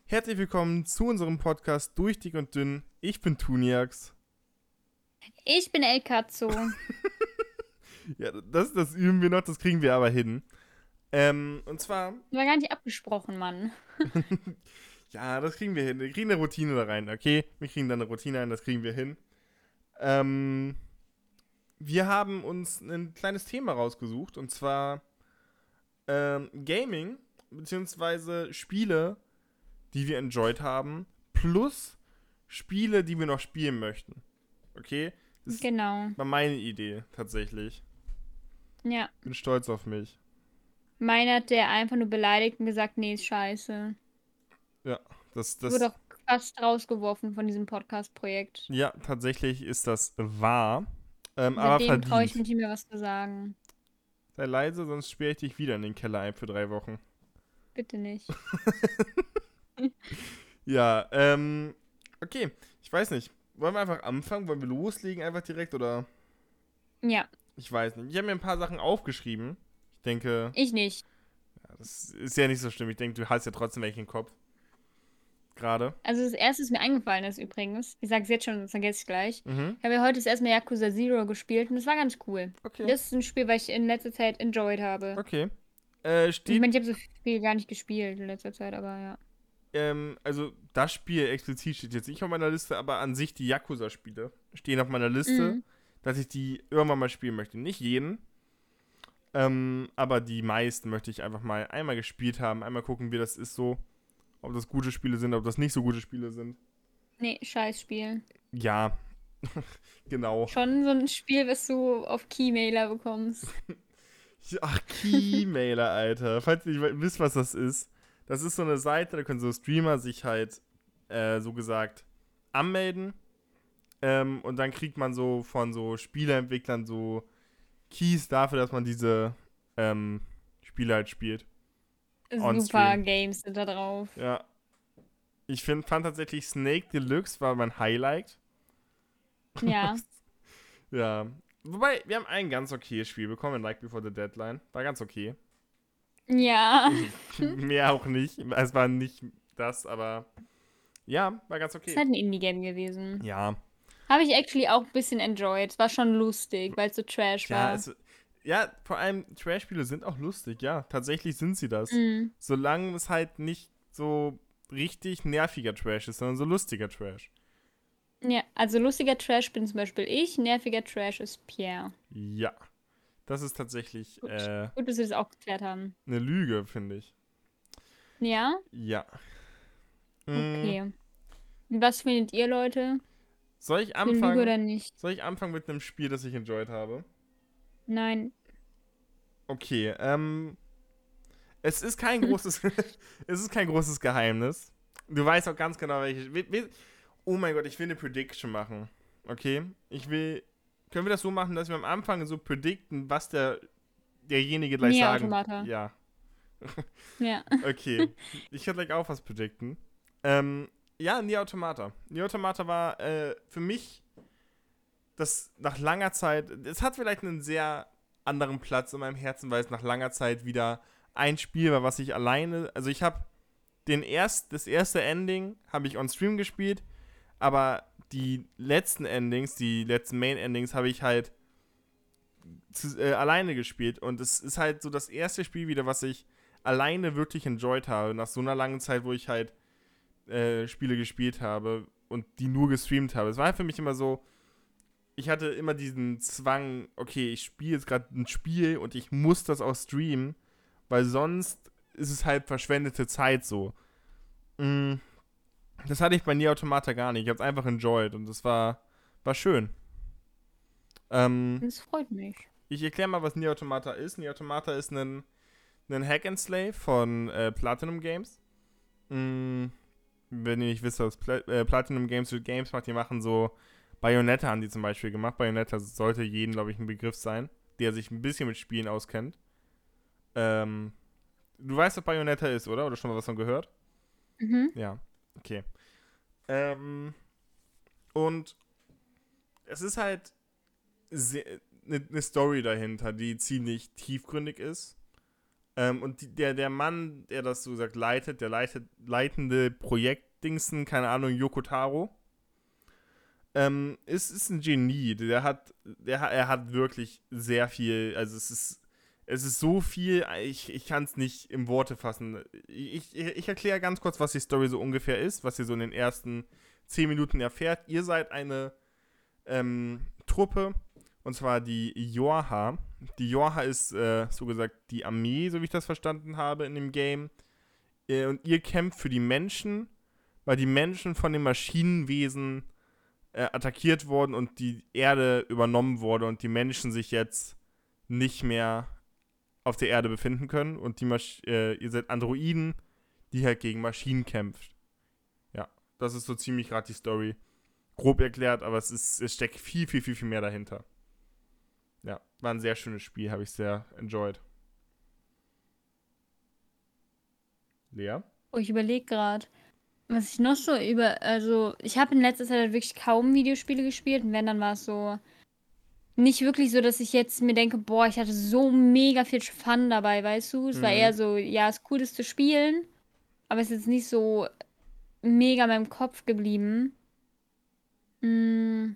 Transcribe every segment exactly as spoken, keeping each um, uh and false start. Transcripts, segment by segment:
Herzlich willkommen zu unserem Podcast Durch Dick und Dünn. Ich bin Tuniax. Ich bin El Cazzo. Ja, das, das üben wir noch, das kriegen wir aber hin. Ähm, und zwar, War gar nicht abgesprochen, Mann. ja, das kriegen wir hin. Wir kriegen eine Routine da rein, okay? Wir kriegen da eine Routine ein, das kriegen wir hin. Ähm, wir haben uns ein kleines Thema rausgesucht, und zwar ähm, Gaming, beziehungsweise Spiele, die wir enjoyed haben, plus Spiele, die wir noch spielen möchten. Okay? Das Genau. war meine Idee, tatsächlich. Ja. Bin stolz auf mich. Meiner hat der einfach nur beleidigt und gesagt, nee, ist scheiße. Ja, das, Wurde das, doch fast rausgeworfen von diesem Podcast-Projekt. ja, tatsächlich ist das wahr. Ähm, aber Seitdem traue ich mich verdient. nicht mehr, was zu sagen. Sei leise, sonst sperre ich dich wieder in den Keller ein für drei Wochen. Bitte nicht. Ja, ähm, okay. Ich weiß nicht. Wollen wir einfach anfangen? Wollen wir loslegen einfach direkt oder? Ja, Ich weiß nicht. Ich habe mir ein paar Sachen aufgeschrieben. Ich denke, ich nicht. ja, das ist ja nicht so schlimm. Ich denke, du hast ja trotzdem welche im Kopf. Gerade. Also das erste, was mir eingefallen ist übrigens, ich sag's jetzt schon, das vergesse ich gleich. Mhm. Ich habe ja heute das erste Mal Yakuza Zero gespielt und das war ganz cool. Okay. Das ist ein Spiel, was ich in letzter Zeit enjoyed habe. Okay. Äh, Ich steht meine, ich habe so viel gar nicht gespielt in letzter Zeit, aber ja. Ähm, also das Spiel explizit steht jetzt nicht auf meiner Liste, aber an sich die Yakuza-Spiele stehen auf meiner Liste, Mhm. dass ich die irgendwann mal spielen möchte. Nicht jeden, ähm, aber die meisten möchte ich einfach mal einmal gespielt haben, einmal gucken, wie das ist so, ob das gute Spiele sind, ob das nicht so gute Spiele sind. Nee, Scheißspiel. Ja, genau. Schon so ein Spiel, was du auf Keymailer bekommst. Ach, Keymailer, Alter. Falls ihr nicht wisst, was das ist. Das ist so eine Seite, da können so Streamer sich halt, äh, so gesagt, anmelden. Ähm, und dann kriegt man so von so Spieleentwicklern so Keys dafür, dass man diese ähm, Spiele halt spielt. On Super Stream. Games sind da drauf. Ja. Ich find, fand tatsächlich Snake Deluxe war mein Highlight. Ja. Ja. Wobei, wir haben ein ganz okayes Spiel bekommen, Like Before the Deadline. War ganz okay. Ja. Mehr auch nicht. Es war nicht das, aber ja, war ganz Ist okay. halt ein Indie-Game gewesen. Ja. Habe ich actually auch ein bisschen enjoyed. Es war schon lustig, weil es so Trash Ja, war. es, ja, vor allem Trash-Spiele sind auch lustig, ja. Tatsächlich sind sie das. Mhm. Solange es halt nicht so richtig nerviger Trash ist, sondern so lustiger Trash. Ja, also lustiger Trash bin zum Beispiel ich, nerviger Trash ist Pierre. Ja. Das ist tatsächlich Gut. äh, Gut, dass wir das auch geklärt haben. eine Lüge, finde ich. Ja? Ja. Mm, Okay. Und was findet ihr, Leute? soll ich Eine Lüge anfangen? oder nicht? Soll ich anfangen mit einem Spiel, das ich enjoyed habe? Nein. Okay, ähm. Es ist kein großes. Es ist kein großes Geheimnis. Du weißt auch ganz genau, welche. we- we- Oh mein Gott, ich will eine Prediction machen. Okay? Ich will. Können wir das so machen, dass wir am Anfang so predikten, was der derjenige gleich Nier sagen. Automata. Ja. Ja. Okay. Ich kann gleich auch was predikten. Ähm, ja, Nier Automata. Nier Automata war äh, für mich das nach langer Zeit. Es hat vielleicht einen sehr anderen Platz in meinem Herzen, weil es nach langer Zeit wieder ein Spiel war, was ich alleine. Also ich habe den erst, das erste Ending habe ich on Stream gespielt, aber die letzten Endings, die letzten Main Endings habe ich halt zu, äh, alleine gespielt und es ist halt so das erste Spiel wieder, was ich alleine wirklich enjoyed habe, nach so einer langen Zeit, wo ich halt äh, Spiele gespielt habe und die nur gestreamt habe. Es war halt für mich immer so, ich hatte immer diesen Zwang, okay, ich spiele jetzt gerade ein Spiel und ich muss das auch streamen, weil sonst ist es halt verschwendete Zeit so. Mm, das hatte ich bei Nier Automata gar nicht. Ich habe es einfach enjoyed und das war, war schön. Ähm, Das freut mich. ich erkläre mal, was Nier Automata ist. Nier Automata ist ein, ein Hack and Slay von äh, Platinum Games. Mm, wenn ihr nicht wisst, was Pla äh, Platinum Games für Games macht, die machen so Bayonetta haben die zum Beispiel gemacht. Bayonetta sollte jedem, glaube ich, ein Begriff sein, der sich ein bisschen mit Spielen auskennt. Ähm, du weißt, was Bayonetta ist, oder? Oder schon mal was von gehört? Mhm. Ja, okay. Ähm, und es ist halt eine ne Story dahinter, die ziemlich tiefgründig ist. Ähm, und die, der, der Mann, der das so gesagt leitet, der leitet, leitende Projektdingsen, keine Ahnung, Yoko Taro, ähm, ist, ist ein Genie. Der hat, der, hat- er hat wirklich sehr viel, also es ist, es ist so viel, ich, ich kann es nicht in Worte fassen. Ich, ich, ich erkläre ganz kurz, was die Story so ungefähr ist, was ihr so in den ersten zehn Minuten erfährt. Ihr seid eine ähm, Truppe, und zwar die Yorha. Die Yorha ist, äh, so gesagt, die Armee, so wie ich das verstanden habe in dem Game. Äh, und ihr kämpft für die Menschen, weil die Menschen von den Maschinenwesen äh, attackiert wurden und die Erde übernommen wurde und die Menschen sich jetzt nicht mehr auf der Erde befinden können und die Masch äh, ihr seid Androiden, die halt gegen Maschinen kämpft. Ja, das ist so ziemlich gerade die Story. Grob erklärt, aber es, ist, es steckt viel, viel, viel, viel mehr dahinter. Ja, war ein sehr schönes Spiel, habe ich sehr enjoyed. Lea? Oh, ich überlege gerade, was ich noch so über. Also, ich habe in letzter Zeit halt wirklich kaum Videospiele gespielt. Und wenn, dann war es so. Nicht wirklich so, dass ich jetzt mir denke, boah, ich hatte so mega viel Fun dabei, weißt du? Es war Mhm. eher so, ja, es ist cool, das zu spielen. Aber es ist jetzt nicht so mega in meinem Kopf geblieben. Mm,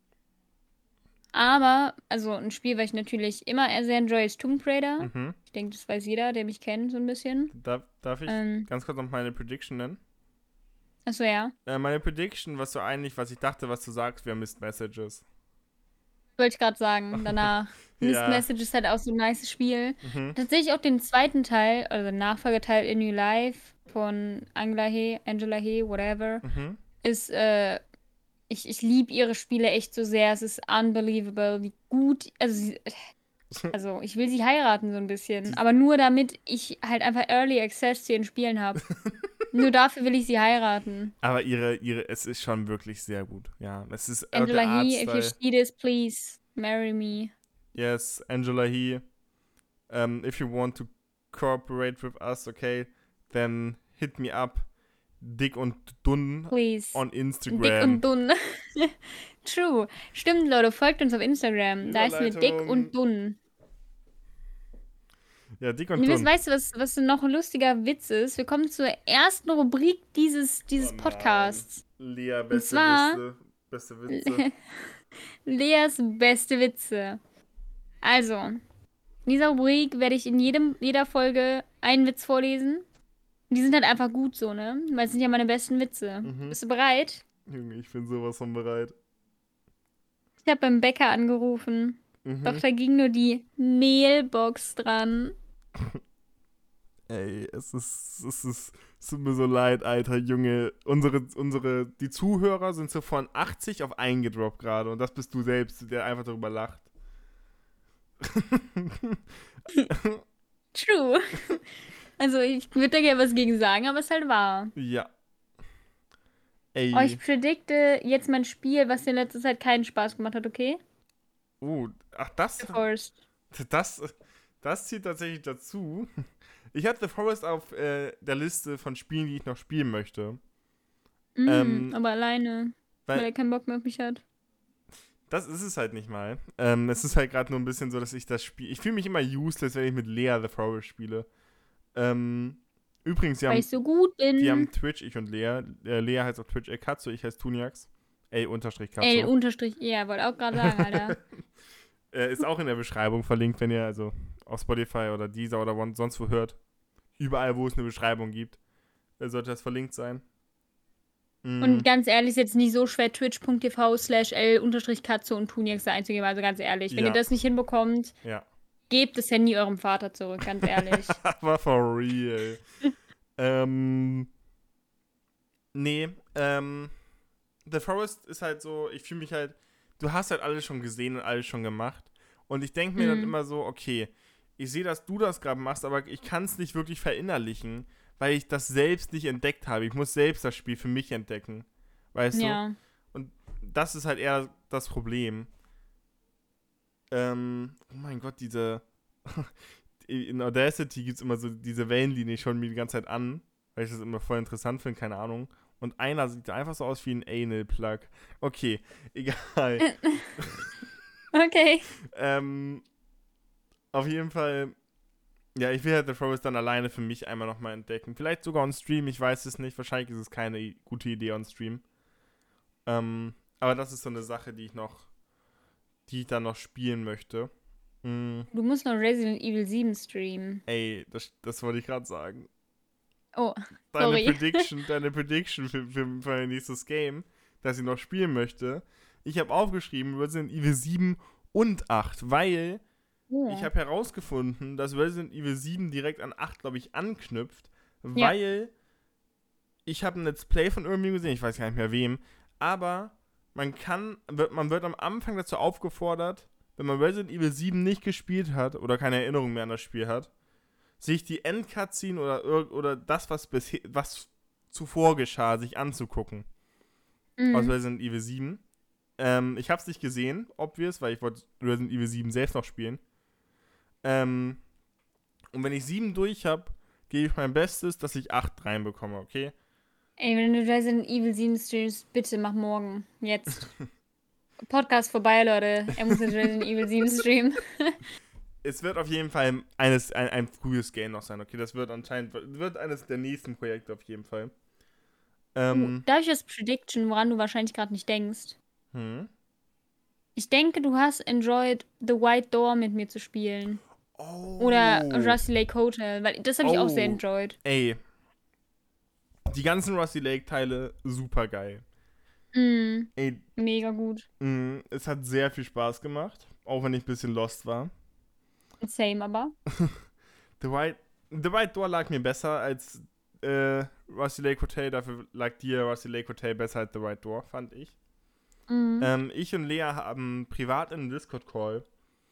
aber, also ein Spiel, was ich natürlich immer sehr enjoy, ist Tomb Raider. Mhm. Ich denke, das weiß jeder, der mich kennt, so ein bisschen. Darf, darf ich Ähm, ganz kurz noch meine Prediction nennen? achso, ja. Äh, meine Prediction, was so eigentlich, was ich dachte, was du sagst, wäre Missed Messages. Wollte ich gerade sagen, danach. Mist Ja. Message ist halt auch so ein nices Spiel. Mhm. Tatsächlich auch den zweiten Teil, also den Nachfolgeteil In New Life von Angela He, Angela He, whatever, Mhm. ist, äh, ich, ich liebe ihre Spiele echt so sehr. Es ist unbelievable, wie gut, also, sie, also ich will sie heiraten so ein bisschen, Die, aber nur damit ich halt einfach Early Access zu ihren Spielen habe. Nur dafür will ich sie heiraten. aber ihre, ihre, es ist schon wirklich sehr gut. Ja, es ist äh, Angela der He, if you Artstyle. see this, please marry me. Yes, Angela He. Um, if you want to cooperate with us, okay, then hit me up. Dick und dünn Please. on Dick Instagram. und dünn. True. Stimmt, Leute, folgt uns auf Instagram. Da ist wir dick Überleitung. und dünn. Ja, dick und Und dünn. weißt du, was, was noch ein lustiger Witz ist? Wir kommen zur ersten Rubrik dieses, dieses Oh nein. Podcasts. Lea, Und beste zwar Witze. Beste Witze. Leas beste Witze. Also, in dieser Rubrik werde ich in jedem, jeder Folge einen Witz vorlesen. Und die sind halt einfach gut so, ne? Weil es sind ja meine besten Witze. Mhm. Bist du bereit? Junge, ich bin sowas von bereit. Ich habe beim Bäcker angerufen. Doch Mhm. da ging nur die Mailbox dran. Ey, es ist, es ist, es tut mir so leid, Alter, Junge. Unsere, unsere, die Zuhörer sind so von achtzig auf einen gedroppt gerade und das bist du selbst, der einfach darüber lacht. True. Also ich würde da gerne was gegen sagen, aber es ist halt wahr. Ja. Oh, Ey. ich predikte jetzt mein Spiel, was dir in letzter Zeit keinen Spaß gemacht hat, okay? Oh, ach, das, The Forest. das, das zieht tatsächlich dazu. Ich hatte The Forest auf äh, der Liste von Spielen, die ich noch spielen möchte. Mm, Ähm, aber alleine, weil, weil er keinen Bock mehr auf mich hat. das ist es halt nicht mal. Ähm, es ist halt gerade nur ein bisschen so, dass ich das Spiel. Ich fühle mich immer useless, wenn ich mit Lea The Forest spiele. Ähm, übrigens, die Weil haben, ich so gut bin. die haben Twitch, ich und Lea. Äh, Lea heißt auf Twitch El Katzo, ich heiße Tuniax. Ey, unterstrich Katzo. L unterstrich, ja, wollte auch gerade sagen, Alter. äh, ist auch in der Beschreibung verlinkt, wenn ihr also auf Spotify oder Deezer oder wo- sonst wo hört. Überall, wo es eine Beschreibung gibt, äh, sollte das verlinkt sein. Mm, Und ganz ehrlich, ist jetzt nicht so schwer, twitch.tv slash L unterstrich Katze und Tuniax da einzugeben. Also ganz ehrlich, wenn Ja. ihr das nicht hinbekommt, ja. gebt das Handy eurem Vater zurück, ganz ehrlich. Aber for real. ähm. Nee, ähm. The Forest ist halt so, ich fühle mich halt, du hast halt alles schon gesehen und alles schon gemacht. Und ich denke mir dann Mhm. immer so, okay, ich sehe, dass du das gerade machst, aber ich kann es nicht wirklich verinnerlichen, weil ich das selbst nicht entdeckt habe. Ich muss selbst das Spiel für mich entdecken. Weißt du? Ja. Und das ist halt eher das Problem. Ähm, oh mein Gott, diese. In Audacity gibt es immer so diese Wellenlinie, ich schaue mir die ganze Zeit an, weil ich das immer voll interessant finde, keine Ahnung. Und einer sieht einfach so aus wie ein Anal-Plug. Okay, egal. Okay. ähm, auf jeden Fall, Ja, ich will halt The Forest dann alleine für mich einmal nochmal entdecken. Vielleicht sogar on Stream, ich weiß es nicht. Wahrscheinlich ist es keine i- gute Idee on Stream. Ähm, aber das ist so eine Sache, die ich noch, die ich dann noch spielen möchte. Mm, Du musst noch Resident Evil sieben streamen. ey, das, das wollte ich gerade sagen. Oh, Deine sorry. Prediction, deine Prediction für, für, für mein nächstes Game, das ich noch spielen möchte. Ich habe aufgeschrieben Resident Evil sieben und acht, weil ich Oh. habe herausgefunden, dass Resident Evil sieben direkt an acht, glaube ich, anknüpft, Ja. weil ich habe ein Let's Play von irgendjemandem gesehen, ich weiß gar nicht mehr wem, aber man kann, wird, man wird am Anfang dazu aufgefordert, wenn man Resident Evil sieben nicht gespielt hat oder keine Erinnerung mehr an das Spiel hat, sich die Endcutscene oder, irg- oder das, was, bisher, was zuvor geschah, sich anzugucken aus Mhm. Resident Evil sieben. Ähm, ich habe es nicht gesehen, obvious, weil ich wollte Resident Evil sieben selbst noch spielen. Ähm, und wenn ich sieben durch habe, gebe ich mein Bestes, dass ich acht reinbekomme, okay? Ey, wenn du Resident Evil sieben streamst, bitte mach morgen. Jetzt. Podcast vorbei, Leute. Er muss jetzt Resident Evil sieben streamen. Es wird auf jeden Fall eines, ein, ein frühes Game noch sein, okay? Das wird anscheinend, wird eines der nächsten Projekte auf jeden Fall. Uh, Ähm, darf ich das Prediction, woran du wahrscheinlich gerade nicht denkst? hm. Ich denke, du hast enjoyed The White Door mit mir zu spielen. Oder Oh. Rusty Lake Hotel, weil das habe ich auch sehr Oh. enjoyed. Ey. Die ganzen Rusty Lake-Teile, super geil. Mm, Ey, mega gut. mh, es hat sehr viel Spaß gemacht, auch wenn ich ein bisschen lost war. Same aber. The White, The White Door lag mir besser als äh, Rusty Lake Hotel, dafür lag dir Rusty Lake Hotel besser als The White Door, fand ich. Mm. Ähm, ich und Lea haben privat in einem Discord-Call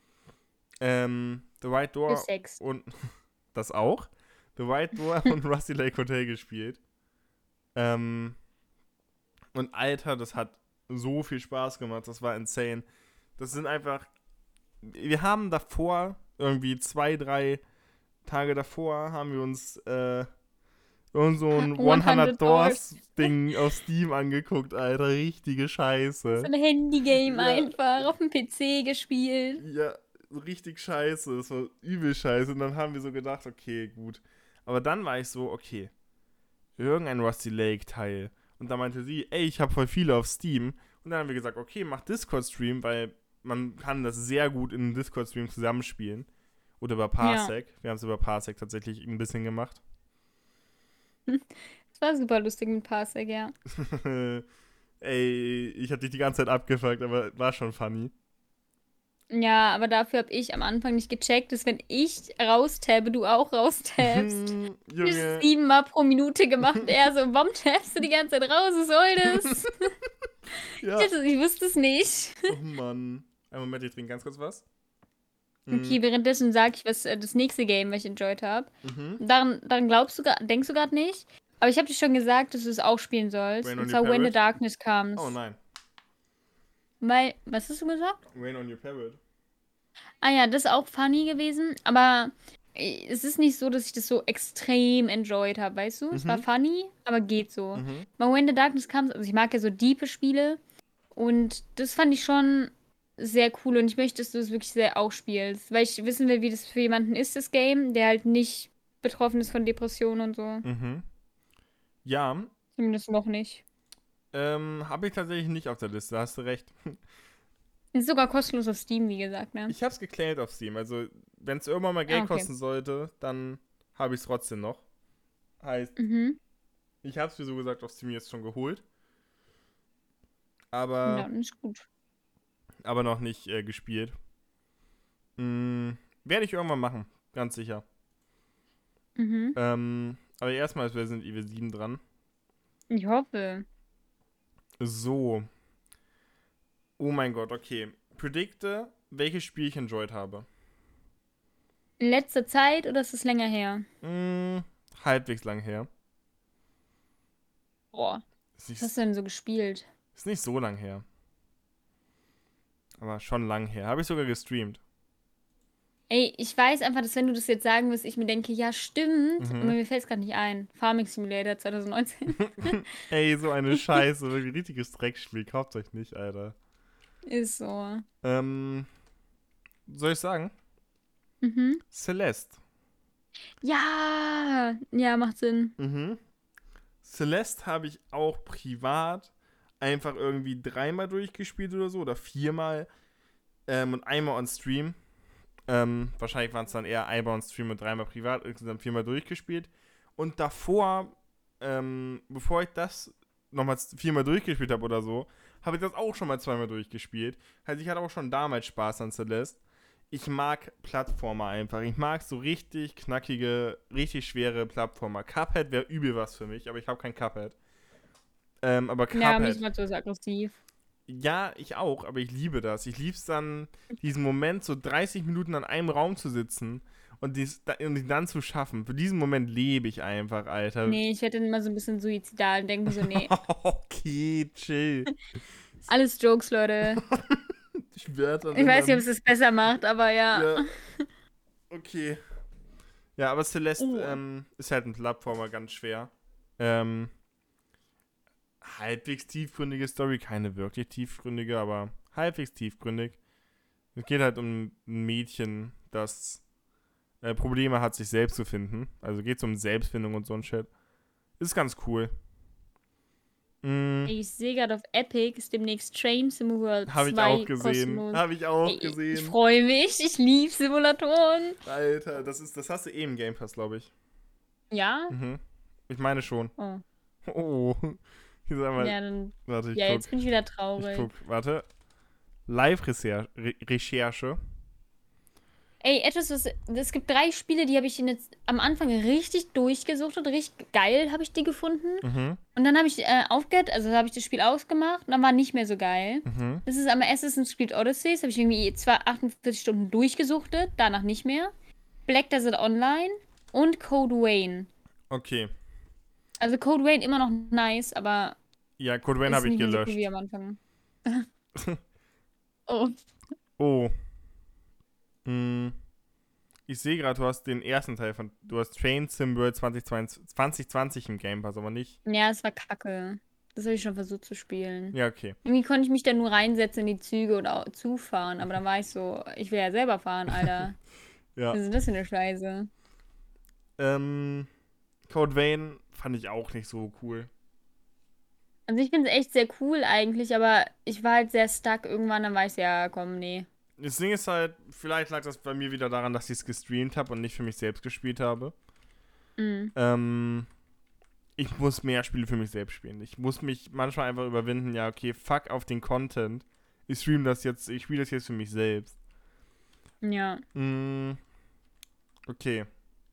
ähm, The White Für Door Sex. und das auch, The White Door und Rusty Lake Hotel gespielt. Ähm, und Alter, das hat so viel Spaß gemacht, das war insane. Das sind einfach, wir haben davor, irgendwie zwei, drei Tage davor, haben wir uns äh, irgend so ein hundert hundert Doors Ding auf Steam angeguckt, Alter, richtige So Scheiße. ein Handygame Ja. einfach auf dem P C gespielt. Ja, so richtig scheiße, das war übel scheiße und dann haben wir so gedacht, okay, gut. Aber dann war ich so, okay, irgendein Rusty Lake Teil. Und dann meinte sie, ey, ich habe voll viele auf Steam. Und dann haben wir gesagt, okay, mach Discord-Stream, weil man kann das sehr gut in einem Discord-Stream zusammenspielen. Oder über Parsec. Wir haben es über Parsec tatsächlich ein bisschen gemacht. Das war super lustig mit Parsec, ja. Ey, ich hatte dich die ganze Zeit abgefuckt, aber war schon funny. Ja, aber dafür habe ich am Anfang nicht gecheckt, dass wenn ich raustabe, du auch raustabst. Ich Junge. hab siebenmal pro Minute gemacht. Er so, warum tabst du die ganze Zeit raus? Was soll das? Ja. Ich, dachte, ich wusste es nicht. Oh Mann. Einen Moment, ich trinke ganz kurz was. Mm, Okay, währenddessen sage ich, was äh, das nächste Game, was ich enjoyed habe. Mhm. Daran, daran glaubst du, gar- denkst du gerade nicht. Aber ich habe dir schon gesagt, dass du es auch spielen sollst. Rain Und on zwar Your When the Parrot? Darkness Comes. Oh nein. Weil, was hast du gesagt? Rain on Your Parrot. Ah ja, das ist auch funny gewesen, aber äh, es ist nicht so, dass ich das so extrem enjoyed habe, weißt du? Es war Mhm. funny, aber geht so. Mhm. Bei When the Darkness Comes, also ich mag ja so diepe Spiele und das fand ich schon sehr cool und ich möchte, dass du es wirklich sehr auch spielst, weil ich wissen will, wie das für jemanden ist, das Game, der halt nicht betroffen ist von Depressionen und so. Mhm. Ja, Zumindest noch nicht. ähm, habe ich tatsächlich nicht auf der Liste, hast du recht. Ist sogar kostenlos auf Steam, wie gesagt, ne? Ich habe es geclaimed auf Steam, also wenn es irgendwann mal Geld Ah, okay. kosten sollte, dann habe ich es trotzdem noch. Heißt, Mhm. ich habe es wie so gesagt auf Steam jetzt schon geholt, Ja, aber, dann ist gut. aber noch nicht äh, gespielt. Mm, werde ich irgendwann machen, ganz sicher. Mhm. Ähm, aber erstmal ist Resident Evil sieben dran. Ich hoffe. So. Oh mein Gott, okay. Predikte, welches Spiel ich enjoyed habe. In letzter Zeit oder ist es länger her? Mm, halbwegs lang her. Boah. Ist Was nicht, hast du denn so gespielt? ist nicht so lang her. Aber schon lang her. Habe ich sogar gestreamt. Ey, ich weiß einfach, dass wenn du das jetzt sagen wirst, ich mir denke, ja, stimmt. Mhm. Aber mir fällt es gerade nicht ein. Farming Simulator zwanzig neunzehn. Ey, so eine Scheiße. Wirklich richtiges Dreckspiel. Kauft euch nicht, Alter. Ist so. Ähm, soll ich sagen? Mhm. Celeste. Ja, ja, macht Sinn. Mhm. Celeste habe ich auch privat einfach irgendwie dreimal durchgespielt oder so oder viermal ähm, und einmal on Stream. Ähm, wahrscheinlich waren es dann eher einmal on Stream und dreimal privat, insgesamt viermal durchgespielt. Und davor, ähm, bevor ich das nochmal viermal durchgespielt habe oder so, habe ich das auch schon mal zweimal durchgespielt. Also ich hatte auch schon damals Spaß an Celeste. Ich mag Plattformer einfach. Ich mag so richtig knackige, richtig schwere Plattformer. Cuphead wäre übel was für mich, aber ich habe kein Cuphead. Ähm, aber Ja, mich Cuphead, macht so aggressiv. ja, ich auch, aber ich liebe das. Ich liebe es dann, diesen Moment, so dreißig Minuten an einem Raum zu sitzen und, dies, und ihn dann zu schaffen. Für diesen Moment lebe ich einfach, Alter. Nee, ich werde dann immer so ein bisschen suizidal und denke mir so, nee, Okay, chill. alles Jokes, Leute. Ich werde dann Ich immer. weiß nicht, ob es das besser macht, aber ja. Ja, okay. Ja, aber Celeste Oh. ähm, ist halt ein Plattformer ganz schwer. Ähm, halbwegs tiefgründige Story, keine wirklich tiefgründige, aber halbwegs tiefgründig. Es geht halt um ein Mädchen, das äh, Probleme hat, sich selbst zu finden. Also geht es um Selbstfindung und so ein Shit. Ist ganz cool. Mm, Ey, ich sehe gerade auf Epic ist demnächst Train Sim World habe ich auch zwei gesehen. kostenlos. Habe ich auch Ey, ich gesehen. freue mich. Ich liebe Simulatoren. Alter, das, ist, das hast du eh im Game Pass, glaube ich. Ja? Mhm. Ich meine schon. Oh. Oh. Hier ist einmal. Ja, dann. Warte, ich Ja, guck. jetzt bin ich wieder Ich traurig. guck. Warte. Live-Recherche. Ey, etwas, was. Es gibt drei Spiele, die habe ich jetzt am Anfang richtig durchgesuchtet. Richtig geil habe ich die gefunden. Mhm. Und dann habe ich äh, aufgehört, also habe ich das Spiel ausgemacht und dann war nicht mehr so geil. Mhm. Das ist einmal Assassin's Creed Odyssey, das habe ich irgendwie zwar achtundvierzig Stunden durchgesuchtet, danach nicht mehr. Black Desert Online und Code Vein. Okay. Also Code Vein immer noch nice, aber Ja, Code Vein ist habe ich nicht mehr so cool wie gelöscht. am Anfang. Oh. Oh. Hm. Ich sehe gerade, du hast den ersten Teil von. Du hast Train Sim World zwanzig zwanzig, zwanzig zwanzig im Game Pass, aber nicht. Ja, es war kacke. Das habe ich schon versucht zu spielen. Ja, okay. Irgendwie konnte ich mich dann nur reinsetzen in die Züge und au- zufahren, aber dann war ich so, ich will ja selber fahren, Alter. Ja. Was ist das für eine Scheiße? Ähm. Code Vein fand ich auch nicht so cool. Also ich finde es echt sehr cool eigentlich, aber ich war halt sehr stuck irgendwann, dann war ich so, ja, komm, nee. Das Ding ist halt, vielleicht lag das bei mir wieder daran, dass ich es gestreamt habe und nicht für mich selbst gespielt habe. Mm. Ähm. Ich muss mehr Spiele für mich selbst spielen. Ich muss mich manchmal einfach überwinden, ja, okay, fuck auf den Content. Ich stream das jetzt, ich spiele das jetzt für mich selbst. Ja. Mm, okay.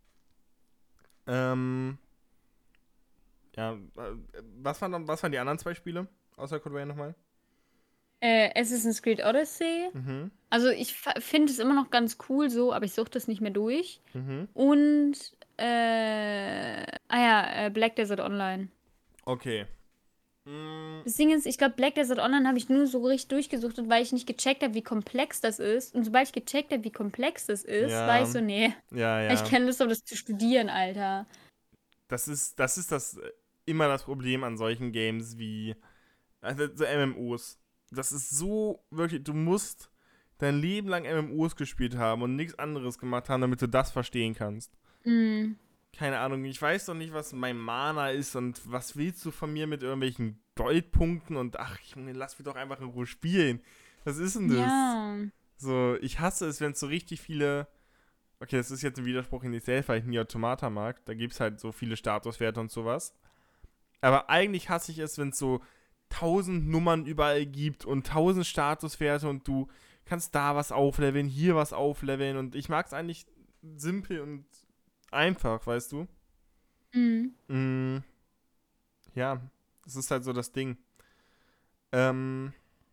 Ähm, ja, äh, was waren, dann- was waren die anderen zwei Spiele? Außer Code Vein nochmal? Äh, Assassin's Creed Odyssey. Mhm, Also ich finde es immer noch ganz cool so, aber ich suche das nicht mehr durch. mhm. Und, äh, ah ja, äh, Black Desert Online. Okay. Mm, Das Ding ist, ich glaube, Black Desert Online habe ich nur so richtig durchgesuchtet, weil ich nicht gecheckt habe, wie komplex das ist. Und sobald ich gecheckt habe, wie komplex das ist, war ich ja, so, nee, ja, ich ja. keine Lust auf das zu studieren, Alter. Das ist, das ist das äh, immer das Problem an solchen Games wie also so M M Os. Das ist so wirklich, du musst dein Leben lang M M Os gespielt haben und nichts anderes gemacht haben, damit du das verstehen kannst. Mm. Keine Ahnung, ich weiß doch nicht, was mein Mana ist und was willst du von mir mit irgendwelchen Goldpunkten und ach, Junge, lass mich doch einfach in Ruhe spielen. Was ist denn das? Ja. So, ich hasse es, wenn es so richtig viele. Okay, das ist jetzt ein Widerspruch in sich selbst, weil ich nie Automata mag. Da gibt es halt so viele Statuswerte und sowas. Aber eigentlich hasse ich es, wenn es so tausend Nummern überall gibt und tausend Statuswerte und du kannst da was aufleveln, hier was aufleveln und ich mag es eigentlich simpel und einfach, weißt du? Mm. Mm, ja, das ist halt so das Ding. Ähm,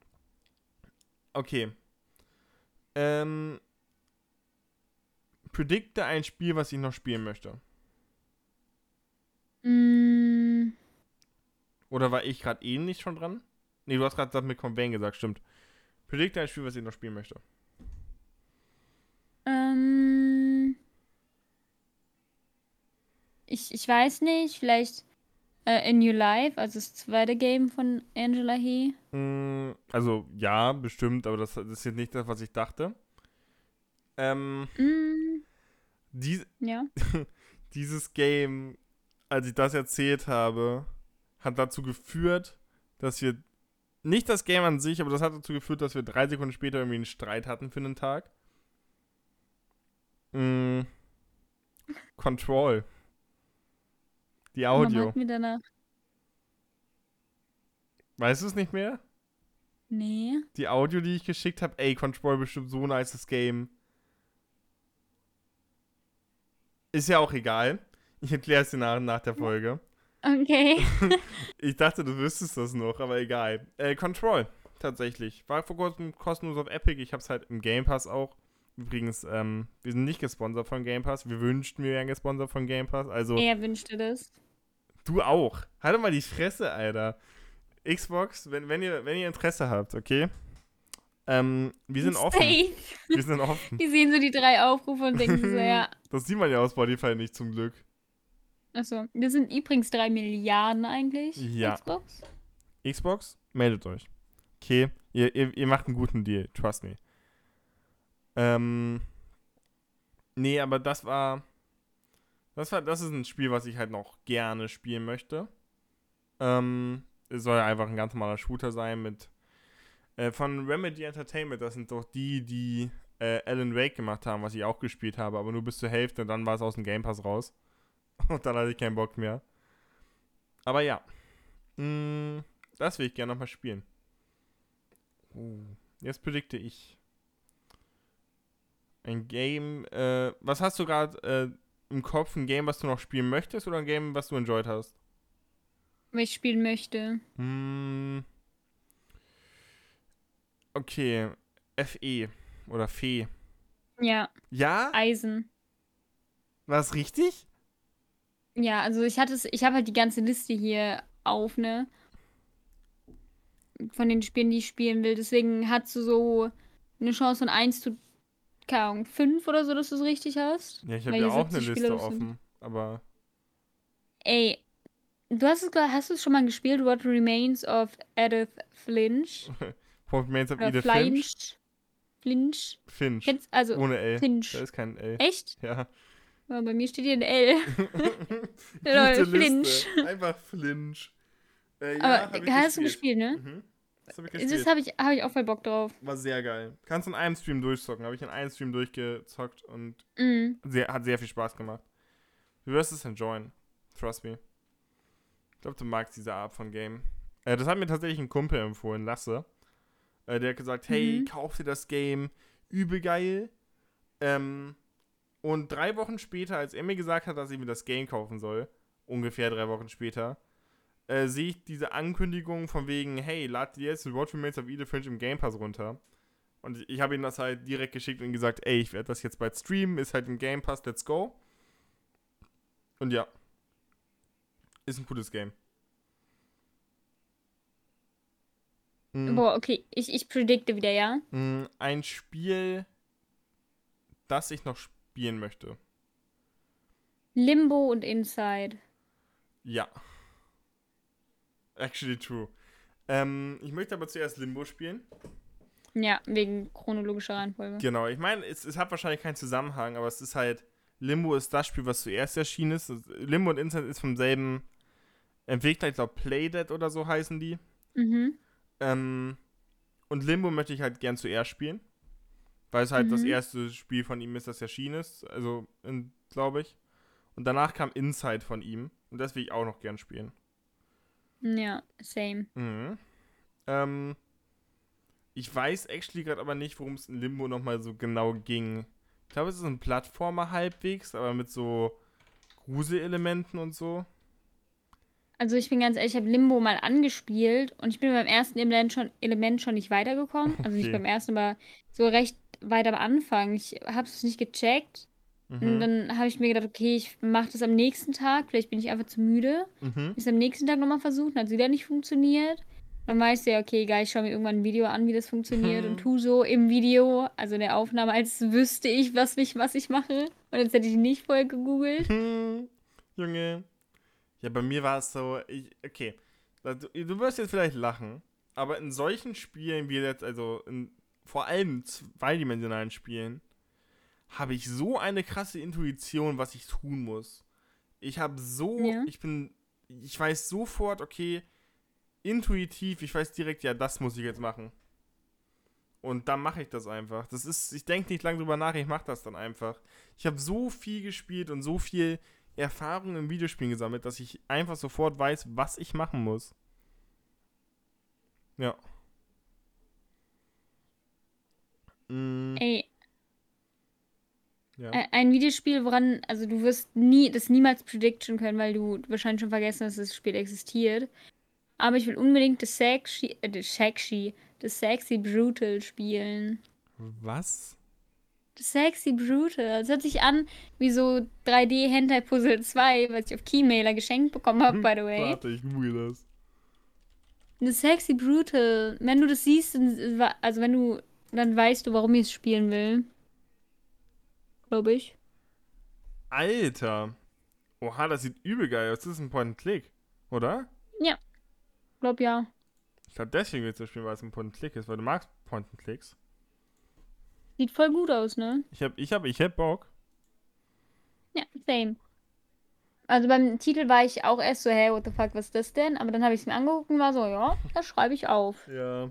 okay. Ähm, predikte ein Spiel, was ich noch spielen möchte. Mm. Oder war ich gerade eh nicht schon dran? Nee, du hast gerade das mit Convain gesagt, stimmt. Predikte ein Spiel, was ich noch spielen möchte. Ähm. Ich, ich weiß nicht, vielleicht äh, A New Life, also das zweite Game von Angela He. Mm, also, ja, bestimmt, aber das, das ist jetzt nicht das, was ich dachte. Ähm, Mm. Die, Ja. dieses Game, als ich das erzählt habe, hat dazu geführt, dass wir, nicht das Game an sich, aber das hat dazu geführt, dass wir drei Sekunden später irgendwie einen Streit hatten für einen Tag. Mm, Control. Die Warum Audio. hatten wir danach? Weißt du es nicht mehr? Nee. Die Audio, die ich geschickt habe, ey, Control bestimmt so ein nices Game. Ist ja auch egal. Ich erkläre es dir nach, nach der Folge. Okay. Ich dachte, du wüsstest das noch, aber egal. Äh, Control, tatsächlich. War vor kurzem kostenlos auf Epic. Ich hab's halt im Game Pass auch. Übrigens, ähm, wir sind nicht gesponsert von Game Pass. Wir wünschten, wir wären gesponsert von Game Pass. Also, Er wünschte das. du auch. Halt doch mal die Fresse, Alter. Xbox, wenn, wenn, ihr, wenn ihr Interesse habt, okay? Ähm, wir sind offen. Safe. Wir sind offen. Die sehen so die drei Aufrufe und denken so, ja. Das sieht man ja auf Spotify nicht, zum Glück. Achso, das sind übrigens drei Milliarden eigentlich. Ja. Xbox. Xbox, meldet euch. Okay, ihr, ihr, ihr macht einen guten Deal, trust me. Ähm, nee, aber das war, das war, das ist ein Spiel, was ich halt noch gerne spielen möchte. Ähm, es soll ja einfach ein ganz normaler Shooter sein mit, äh, von Remedy Entertainment, das sind doch die, die äh, Alan Wake gemacht haben, was ich auch gespielt habe, aber nur bis zur Hälfte, dann war es aus dem Game Pass raus. Und dann hatte ich keinen Bock mehr. Aber ja. Mm, das will ich gerne nochmal spielen. Uh, jetzt predikte ich. Ein Game, äh, was hast du gerade äh, im Kopf? Ein Game, was du noch spielen möchtest oder ein Game, was du enjoyed hast? Was ich spielen möchte. Mm, okay. F E oder Fee. Ja, Ja? Eisen. War es richtig? Ja, also ich hatte es, ich habe halt die ganze Liste hier auf, ne? Von den Spielen, die ich spielen will. Deswegen hast du so eine Chance von eins zu, keine Ahnung, fünf oder so, dass du es richtig hast. Ja, ich habe Weil ja hier auch eine siebzig Liste Spiele sind. offen, aber Ey, du hast es, ge- hast du es schon mal gespielt? What Remains of Edith Finch? Point Remains of Oder Edith Finch. Flinch? Flinch? Finch. Kennst, also, Ohne L. Finch. Da ist kein L. Echt? Ja. Ja, bei mir steht hier ein L. Gute Lol, Liste. Flinch. Einfach Flinch. Äh, ja, Aber hab ich hast du gespielt. gespielt, ne? Mhm. Das hab ich gespielt. Das habe ich, hab ich auch voll Bock drauf. War sehr geil. Kannst in einem Stream durchzocken. Habe ich in einem Stream durchgezockt und Mhm. sehr, hat sehr viel Spaß gemacht. Du wirst es enjoyen. Trust me. Ich glaube, du magst diese Art von Game. Äh, das hat mir tatsächlich ein Kumpel empfohlen, Lasse. Äh, der hat gesagt, hey, Mhm. kauf dir das Game. Übel geil. Ähm, und drei Wochen später, als er mir gesagt hat, dass ich mir das Game kaufen soll, ungefähr drei Wochen später, äh, sehe ich diese Ankündigung von wegen, hey, lad dir jetzt What Remains of Edith Finch im Game Pass runter. Und ich, ich habe ihm das halt direkt geschickt und gesagt, ey, ich werde das jetzt bald streamen, ist halt im Game Pass, let's go. Und ja. Ist ein cooles Game. Mm, Boah, okay, ich, ich predikte wieder, ja? mm, ein Spiel, das ich noch spielen möchte. Limbo und Inside. Ja. Actually true. Ähm, ich möchte aber zuerst Limbo spielen. Ja, wegen chronologischer Reihenfolge. Genau, ich meine, es, es hat wahrscheinlich keinen Zusammenhang, aber es ist halt, Limbo ist das Spiel, was zuerst erschienen ist. Limbo und Inside ist vom selben Entwickler, ich glaube Playdead oder so heißen die. Mhm. Ähm, und Limbo möchte ich halt gern zuerst spielen, weil es halt Mhm. das erste Spiel von ihm ist, das erschienen ist, also glaube ich. Und danach kam Inside von ihm und das will ich auch noch gern spielen. Ja, same. Mhm. Ähm, ich weiß actually gerade aber nicht, worum es in Limbo nochmal so genau ging. Ich glaube, es ist ein Plattformer halbwegs, aber mit so Gruselelementen und so. Also ich bin ganz ehrlich, ich habe Limbo mal angespielt und ich bin beim ersten Element schon, Element schon nicht weitergekommen. Also nicht Okay. beim ersten, aber so recht weit am Anfang. Ich habe es nicht gecheckt. Und Mhm. dann habe ich mir gedacht, okay, ich mache das am nächsten Tag. Vielleicht bin ich einfach zu müde. Mhm. Ich es am nächsten Tag nochmal versucht, hat es wieder nicht funktioniert. Dann weißt du ja, okay, egal, ich schaue mir irgendwann ein Video an, wie das funktioniert und tu so im Video, also in der Aufnahme, als wüsste ich, was ich, was ich mache. Und jetzt hätte ich nicht vorher gegoogelt. Hm, Junge. Ja, bei mir war es so, ich, okay, du, du wirst jetzt vielleicht lachen, aber in solchen Spielen wie jetzt, also in vor allem zweidimensionalen Spielen, habe ich so eine krasse Intuition, was ich tun muss. Ich habe so, Ja. ich bin, ich weiß sofort, okay, intuitiv, ich weiß direkt, ja, das muss ich jetzt machen. Und dann mache ich das einfach. Das ist, ich denke nicht lange drüber nach, ich mache das dann einfach. Ich habe so viel gespielt und so viel Erfahrung im Videospielen gesammelt, dass ich einfach sofort weiß, was ich machen muss. Ja. Mm, Ey, ja. e- ein Videospiel, woran, also du wirst nie, das niemals prediction können, weil du wahrscheinlich schon vergessen hast, dass das Spiel existiert. Aber ich will unbedingt das Sexy, äh, das Sexy, das Sexy Brutal spielen. Was? Das Sexy Brutal. Das hört sich an wie so drei D Hentai Puzzle zwei, was ich auf Keymailer geschenkt bekommen habe, by the way. Warte, ich google das. Das Sexy Brutal. Wenn du das siehst, dann, also wenn du, dann weißt du, warum ich es spielen will. Glaube ich. Alter. Oha, das sieht übel geil aus. Das ist ein Point-and-Click, oder? Ja, glaub ja. Ich glaube, deswegen willst du spielen, weil es ein Point-and-Click ist, weil du magst Point-and-Clicks. Sieht voll gut aus, ne? Ich hab, ich hab, ich hab Bock. Ja, same. Also beim Titel war ich auch erst so, hey, what the fuck, was ist das denn? Aber dann habe ich es mir angeguckt und war so, ja, das schreibe ich auf. Ja.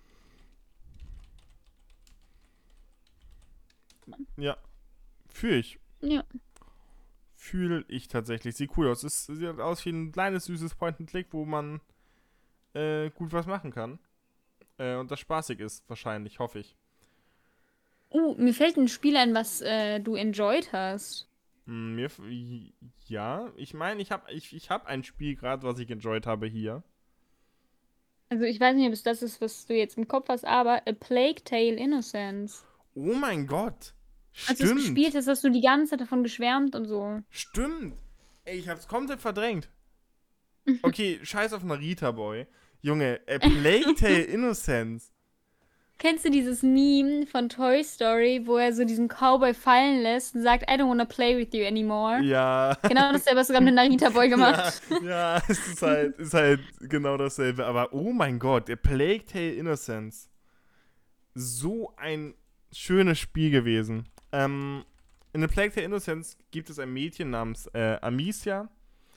Ja. Fühl ich. Ja. Fühl ich tatsächlich. Sieht cool aus. Es sieht aus wie ein kleines, süßes Point-and-Click, wo man äh, gut was machen kann. Äh, und das spaßig ist, wahrscheinlich, hoffe ich. Uh, mir fällt ein Spiel ein, was äh, du enjoyed hast. Hm, Mir, f- ja, ich meine, ich habe ich, ich hab ein Spiel gerade, was ich enjoyed habe hier. Also ich weiß nicht, ob es das ist, was du jetzt im Kopf hast, aber A Plague Tale Innocence. Oh mein Gott. Als du es Stimmt. gespielt hast, hast du die ganze Zeit davon geschwärmt und so. Stimmt. Ey, ich hab's komplett verdrängt. Okay, scheiß auf Narita Boy. Junge, A Plague Tale Innocence. Kennst du dieses Meme von Toy Story, wo er so diesen Cowboy fallen lässt und sagt, I don't wanna play with you anymore? Ja. Genau dasselbe hast du gerade mit Narita Boy gemacht. Ja, ja, es ist halt, ist halt genau dasselbe. Aber oh mein Gott, A Plague Tale Innocence. So ein schönes Spiel gewesen. Ähm, in A Plague Tale Innocence gibt es ein Mädchen namens äh, Amicia.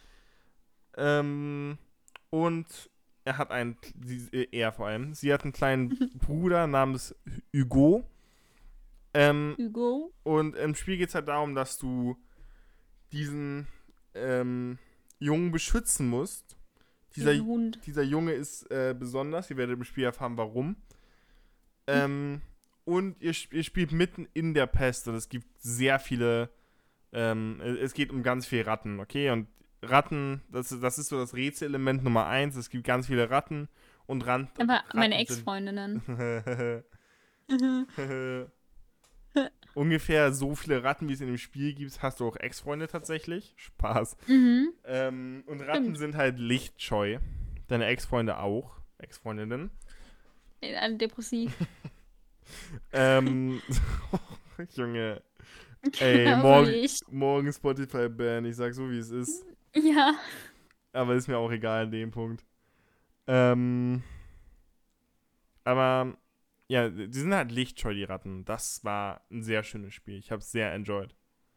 Ähm, und er hat einen, sie, äh, er vor allem, sie hat einen kleinen Bruder namens Hugo. Ähm, Hugo. und im Spiel geht es halt darum, dass du diesen ähm, Jungen beschützen musst. Dieser, Diesen Hund. dieser Junge ist äh, besonders, ihr werdet im Spiel erfahren, warum. Ähm, und ihr, ihr spielt mitten in der Pest und es gibt sehr viele, ähm, es geht um ganz viele Ratten, okay? Und Ratten, das, das ist so das Rätselelement Nummer eins, es gibt ganz viele Ratten und Rand, Einfach Ratten meine sind- Ex-Freundinnen. Ungefähr so viele Ratten, wie es in dem Spiel gibt, hast du auch Ex-Freunde tatsächlich. Spaß. Mhm. Ähm, und Ratten Stimmt. sind halt lichtscheu. Deine Ex-Freunde auch. Ex-Freundinnen. Alle depressiv. Ähm, Junge. Ey, So morgen, wie ich. morgen Spotify-Ban. Ich sag so, wie es ist. Ja. Aber ist mir auch egal an dem Punkt. Ähm, aber ja, die sind halt lichtscheu, die Ratten. Das war ein sehr schönes Spiel. Ich habe es sehr enjoyed.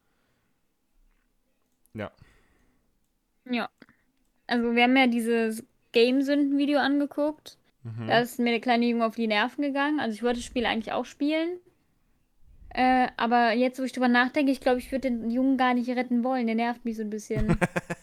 Ja. Ja. Also wir haben ja dieses Game-Sünden-Video angeguckt. Mhm. Da ist mir der kleine Junge auf die Nerven gegangen. Also ich wollte das Spiel eigentlich auch spielen. Äh, aber jetzt, wo ich drüber nachdenke, ich glaube, ich würde den Jungen gar nicht retten wollen. Der nervt mich so ein bisschen.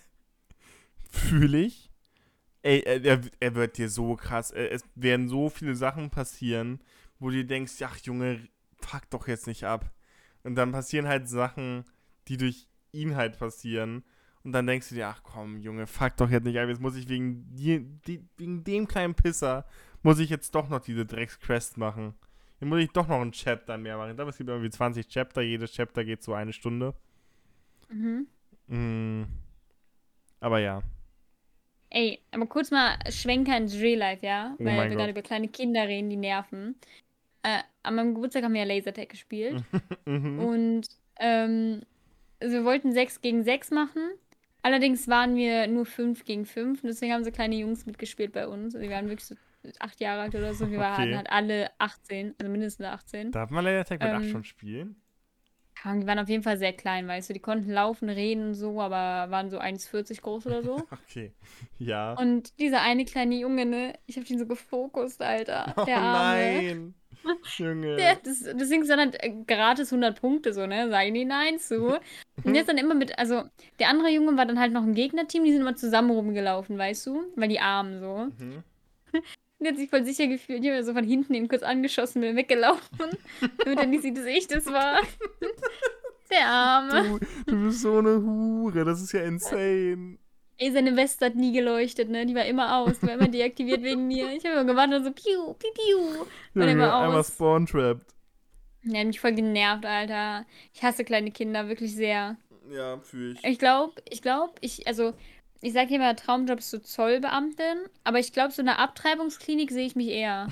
Fühle ich. Ey, er, er er wird dir so krass. äh, Es werden so viele Sachen passieren, wo du dir denkst, ach Junge, fuck doch jetzt nicht ab. Und dann passieren halt Sachen, die durch ihn halt passieren. Und dann denkst du dir, ach komm, Junge, fuck doch jetzt nicht ab. Jetzt muss ich wegen, die, die, wegen dem kleinen Pisser, muss ich jetzt doch noch diese Drecks-Quest machen. Dann muss ich doch noch ein Chapter mehr machen. Ich glaube, es gibt irgendwie zwanzig Chapter. Jedes Chapter geht so eine Stunde. Mhm. Mm. Aber ja. Ey, aber kurz mal Schwenker ins Real Life, ja? Oh Weil mein wir Gott. gerade über kleine Kinder reden, die nerven. Äh, an meinem Geburtstag haben wir ja Lasertag gespielt. Mhm. Und ähm, also wir wollten sechs gegen sechs machen. Allerdings waren wir nur fünf gegen fünf. Und deswegen haben so kleine Jungs mitgespielt bei uns. Also wir waren wirklich so acht Jahre alt oder so. Wir waren Okay. halt alle achtzehn, also mindestens achtzehn. Darf man Lasertag mit acht Ähm, schon spielen? Ahnung, die waren auf jeden Fall sehr klein, weißt du. Die konnten laufen, reden und so, aber waren so eins vierzig groß oder so. Okay. Ja. Und dieser eine kleine Junge, ne, ich hab den so gefokust, Alter. Oh Der Arme. nein. Der, Junge. das, deswegen sind halt äh, gratis hundert Punkte, so, ne? Sag ich nie nein zu. Und jetzt dann immer mit, also, der andere Junge war dann halt noch im Gegnerteam, die sind immer zusammen rumgelaufen, weißt du? Weil die Armen so. Mhm. Der hat sich voll sicher gefühlt. Ich hab so von hinten ihn kurz angeschossen, bin weggelaufen, damit er nicht sieht, dass ich das war. Der Arme. Du, du bist so eine Hure. Das ist ja insane. Ey, seine Weste hat nie geleuchtet, ne? Die war immer aus. Die war immer deaktiviert wegen mir. Ich habe immer gewartet und so, piu, piu, piu. War Junge, immer einmal aus. spawn-trapped. Der hat mich voll genervt, Alter. Ich hasse kleine Kinder, wirklich sehr. Ja, fühl ich. Ich glaube, ich glaube, ich, also, ich sage immer, Traumjob ist so Zollbeamtin, aber ich glaube, so eine Abtreibungsklinik sehe ich mich eher.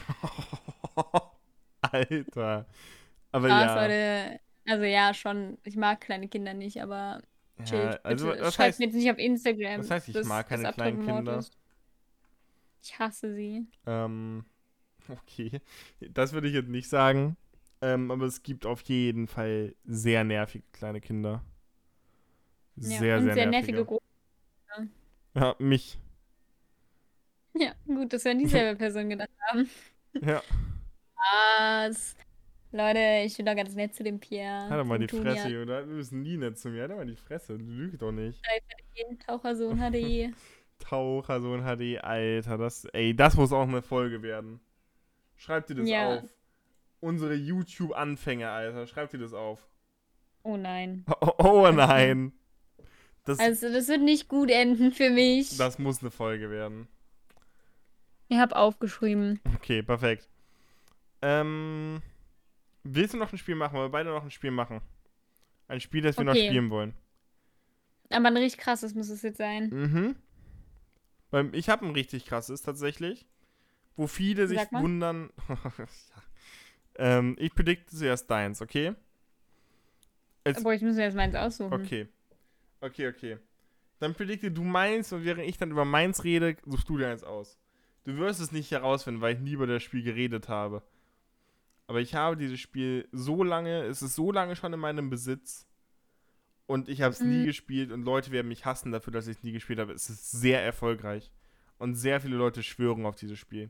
Alter. Aber Spaß, ja. Leute. Also ja, schon. Ich mag kleine Kinder nicht, aber Ja, chillt, also, bitte. was Schreibt heißt, mir jetzt nicht auf Instagram, was heißt, ich dass mag das keine kleinen Abtreibung Mord Kinder? ist. Ich hasse sie. Ähm, okay. Das würde ich jetzt nicht sagen. Ähm, aber es gibt auf jeden Fall sehr nervige kleine Kinder. Ja, Sehr, und sehr sehr nervige. nervige Große. Ja, mich. Ja, gut, dass wir an dieselbe Person gedacht haben. Ja. Was? Leute, ich bin doch ganz nett zu dem Pierre. Halt doch mal Dem die Fresse, Toni Junge. Du bist nie nett zu mir. Halt doch mal die Fresse. Du lügst doch nicht. H D, Tauchersohn H D. Tauchersohn H D, Alter. Das, ey, das muss auch eine Folge werden. Schreib dir das Ja. auf. Unsere YouTube-Anfänge, Alter. Schreib dir das auf. Oh nein. Oh, oh nein. Das, Also, das wird nicht gut enden für mich. das muss eine Folge werden. Ich habe aufgeschrieben. Okay, perfekt. Ähm, willst du noch ein Spiel machen? Wollen wir beide noch ein Spiel machen? Ein Spiel, das wir noch Okay. spielen wollen. Aber ein richtig krasses muss es jetzt sein. Mhm. Weil ich habe ein richtig krasses tatsächlich, wo viele sich Sag mal. wundern. Ja. ähm, ich predikte zuerst deins, okay? Jetzt, Boah, ich muss mir jetzt meins aussuchen. okay. Okay, okay. Dann predikte du meins und während ich dann über meins rede, suchst du dir eins aus. Du wirst es nicht herausfinden, weil ich nie über das Spiel geredet habe. Aber ich habe dieses Spiel so lange, es ist so lange schon in meinem Besitz und ich habe es nie Mhm. gespielt und Leute werden mich hassen dafür, dass ich es nie gespielt habe. Es ist sehr erfolgreich und sehr viele Leute schwören auf dieses Spiel.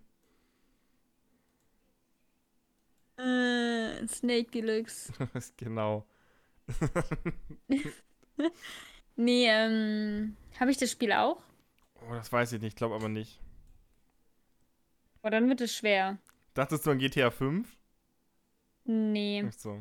Äh, Snake Deluxe. Genau. Nee, ähm, habe ich das Spiel auch? Oh, das weiß ich nicht, ich glaube aber nicht. Boah, dann wird es schwer. Dachtest du an G T A fünf? Nee. Ach so.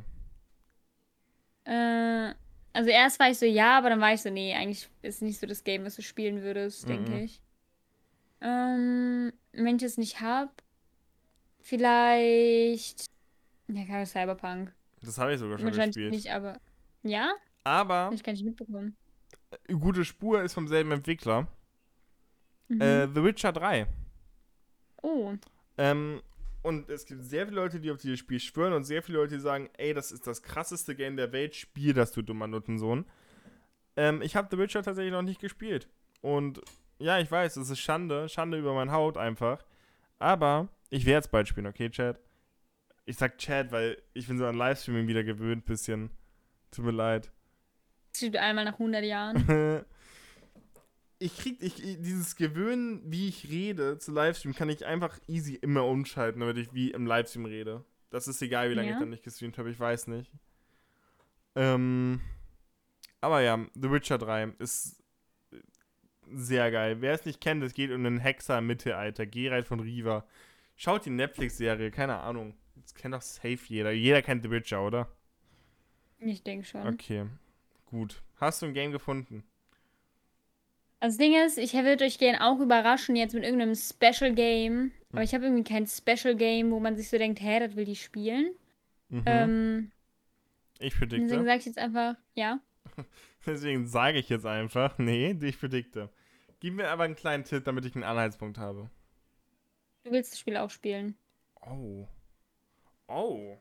Äh, also erst war ich so, ja, aber dann war ich so, nee, eigentlich ist nicht so das Game, was du spielen würdest, denke Mhm. ich. Ähm, wenn ich es nicht hab, vielleicht. Ja, keine Cyberpunk. Das habe ich sogar schon Wahrscheinlich gespielt. nicht, aber. Ja? Aber Hab ich gar nicht mitbekommen. Gute Spur ist vom selben Entwickler. Mhm. Äh, The Witcher drei. Oh. Ähm, und es gibt sehr viele Leute, die auf dieses Spiel schwören und sehr viele Leute, die sagen, ey, das ist das krasseste Game der Welt, spiel das, du dummer Nuttensohn. Ähm, ich habe The Witcher tatsächlich noch nicht gespielt. Und ja, ich weiß, es ist Schande, Schande über mein Haut einfach. Aber ich werde es bald spielen, okay, Chat? Ich sag Chat, weil ich bin so an Livestreaming wieder gewöhnt, bisschen. Tut mir leid. Das steht einmal nach hundert Jahren. Ich krieg, ich, dieses Gewöhnen, wie ich rede zu Livestream, kann ich einfach easy immer umschalten, damit ich wie im Livestream rede. Das ist egal, wie lange Ja. ich dann nicht gestreamt habe, ich weiß nicht. Ähm, aber ja, The Witcher drei ist sehr geil. Wer es nicht kennt, es geht um einen Hexer im Mittelalter, Geralt von Riva. Schaut die Netflix-Serie, keine Ahnung. Das kennt doch safe jeder. Jeder kennt The Witcher, oder? Ich denke schon. Okay, gut. Hast du ein Game gefunden? Also das Ding ist, ich würde euch gerne auch überraschen jetzt mit irgendeinem Special Game. Aber ich habe irgendwie kein Special Game, wo man sich so denkt, hä, das will die spielen. Mhm. Ähm, ich deswegen predikte. sage ich jetzt einfach, ja. Deswegen sage ich jetzt einfach, nee, ich predikte. Gib mir aber einen kleinen Tipp, damit ich einen Anhaltspunkt habe. Du willst das Spiel auch spielen. Oh. Oh.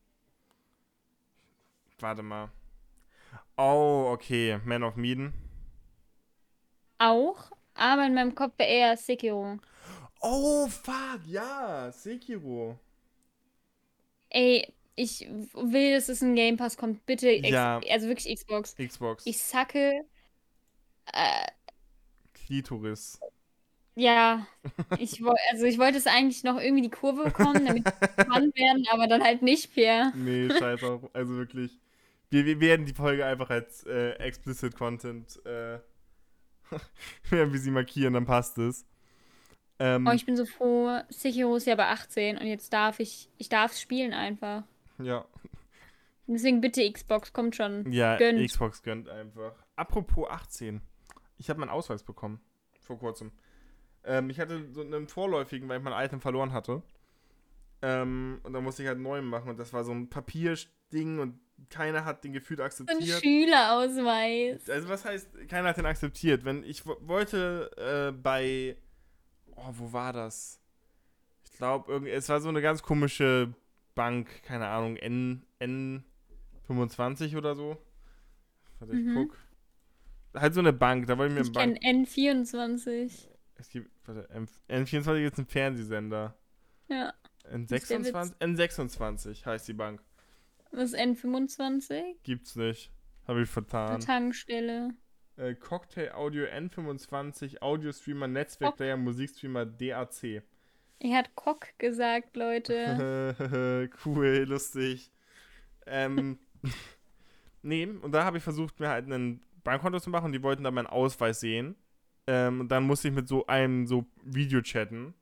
Warte mal. Oh, okay. Man of Medan. Auch, aber in meinem Kopf wäre eher Sekiro. Oh, fuck, ja. Sekiro. Ey, ich will, dass es in Game Pass kommt. Bitte, X Ja, also wirklich Xbox. Xbox. Ich sacke. Äh, Klitoris. ja, ich wollte, also ich wollte es eigentlich noch irgendwie die Kurve bekommen, damit wir bekannt werden, aber dann halt nicht mehr. Nee, scheiß auf. Also wirklich. Wir, wir werden die Folge einfach als äh, Explicit Content, äh, werden wir sie markieren, dann passt es. Oh, Ähm, ich bin so froh. Sekiro ist ja bei achtzehn und jetzt darf ich, ich darf es spielen einfach. ja. Deswegen bitte Xbox, kommt schon. Ja, Gönnt. Xbox gönnt einfach. Apropos achtzehn. Ich habe meinen Ausweis bekommen. Vor kurzem. Ähm, ich hatte so einen vorläufigen, weil ich mein Item verloren hatte. Ähm, und dann musste ich halt einen neuen machen. Und das war so ein Papierding und keiner hat den gefühlt So ein akzeptiert. Schülerausweis. Also was heißt, keiner hat den akzeptiert? Wenn ich w- wollte äh, bei, oh, wo war das? Ich glaube, es war so eine ganz komische Bank, keine Ahnung, N, N fünfundzwanzig oder so. Warte, ich Mhm. guck. Halt so eine Bank, da wollte ich mir eine Ich Bank. kenne N vierundzwanzig. Es gibt, warte, M- N vierundzwanzig ist ein Fernsehsender. Ja, das ist der Witz. N sechsundzwanzig? N sechsundzwanzig heißt die Bank. Was ist N fünfundzwanzig? Gibt's nicht. Habe ich Eine vertan. Tankstelle. Äh, Cocktail Audio N fünfundzwanzig, Audio-Streamer, Cock. Netzwerkplayer, Musikstreamer, D A C. Er hat Cock gesagt, Leute. Cool, lustig. Ähm, nee, und da habe ich versucht, mir halt ein Bankkonto zu machen und die wollten dann meinen Ausweis sehen. Ähm, und dann musste ich mit so einem so Video chatten.